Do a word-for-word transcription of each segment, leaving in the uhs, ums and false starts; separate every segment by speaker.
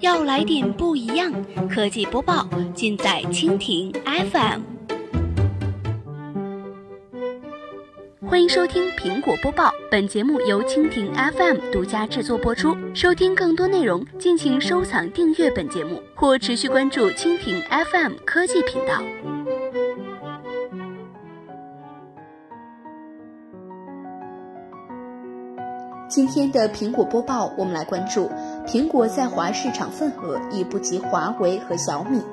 Speaker 1: 要来点不一样，科技播报尽在蜻蜓 F M。 欢迎收听苹果播报，本节目由蜻蜓 F M 独家制作播出。收听更多内容，敬请收藏订阅本节目，或持续关注蜻蜓 F M 科技频道。
Speaker 2: 今天的苹果播报，我们来关注苹果在华市场份额已不及华为和小米。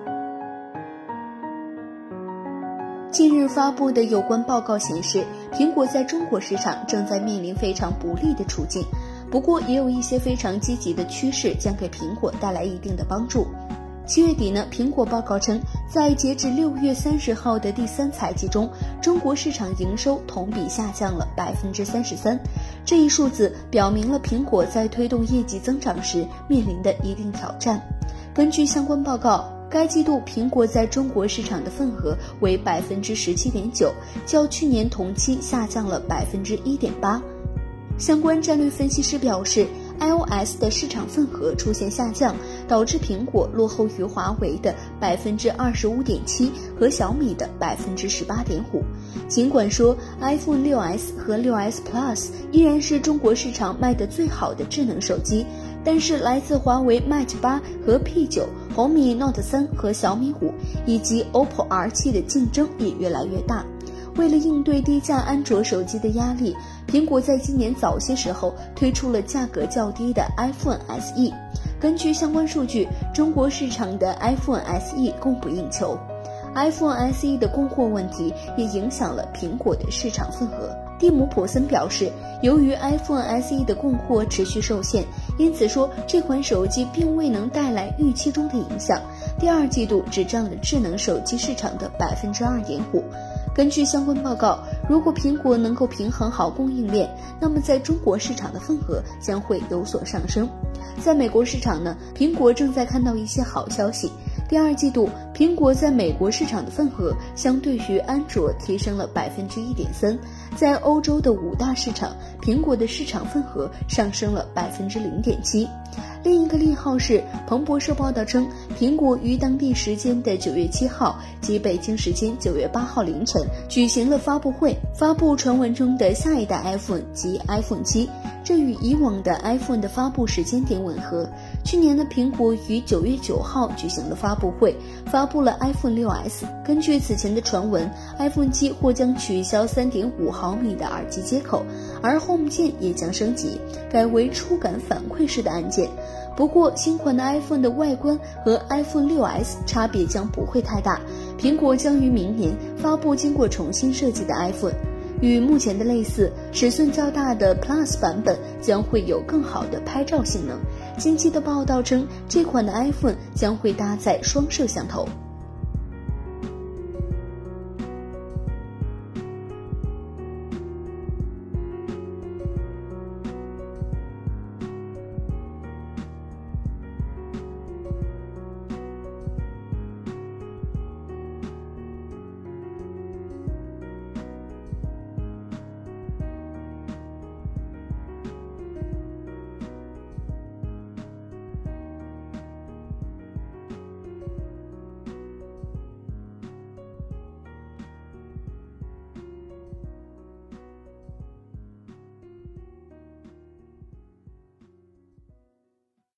Speaker 2: 近日发布的有关报告显示，苹果在中国市场正在面临非常不利的处境，不过也有一些非常积极的趋势将给苹果带来一定的帮助。七月底呢，苹果报告称，在截止六月三十号的第三财季中，中国市场营收同比下降了 百分之三十三， 这一数字表明了苹果在推动业绩增长时面临的一定挑战。根据相关报告，该季度苹果在中国市场的份额为 百分之十七点九， 较去年同期下降了 百分之一点八。 相关战略分析师表示， iOS 的市场份额出现下降，导致苹果落后于华为的 百分之二十五点七 和小米的 百分之十八点五。 尽管说 iPhone 六 S 和 六 S Plus 依然是中国市场卖得最好的智能手机，但是来自华为 Mate 八和 P 九、红米 Note 三和小米五以及 O P P O R 七的竞争也越来越大。为了应对低价安卓手机的压力，苹果在今年早些时候推出了价格较低的 iPhone S E。 根据相关数据，中国市场的 iPhone S E 供不应求， iPhone S E 的供货问题也影响了苹果的市场份额。蒂姆·普森表示，由于 iPhone S E 的供货持续受限，因此说这款手机并未能带来预期中的影响，第二季度只占了智能手机市场的 百分之二点五。 根据相关报告，如果苹果能够平衡好供应链，那么在中国市场的份额将会有所上升。在美国市场呢，苹果正在看到一些好消息。第二季度，苹果在美国市场的份额相对于安卓提升了 百分之一点三， 在欧洲的五大市场，苹果的市场份额上升了 百分之零点七。另一个利好是，彭博社报道称，苹果于当地时间的九月七号及北京时间九月八号凌晨举行了发布会，发布传闻中的下一代 iPhone 及 iPhone 七，这与以往的 iPhone 的发布时间点吻合。去年的苹果于九月九号举行了发布会，发布了 iPhone 六 S。 根据此前的传闻， iPhone 七或将取消 三点五毫米的耳机接口，而 Home 键也将升级，改为触感反馈式的按键。不过新款的 iPhone 的外观和 iPhone 六 S 差别将不会太大，苹果将于明年发布经过重新设计的 iPhone。与目前的类似，尺寸较大的 Plus 版本将会有更好的拍照性能。近期的报道称，这款的 iPhone 将会搭载双摄像头。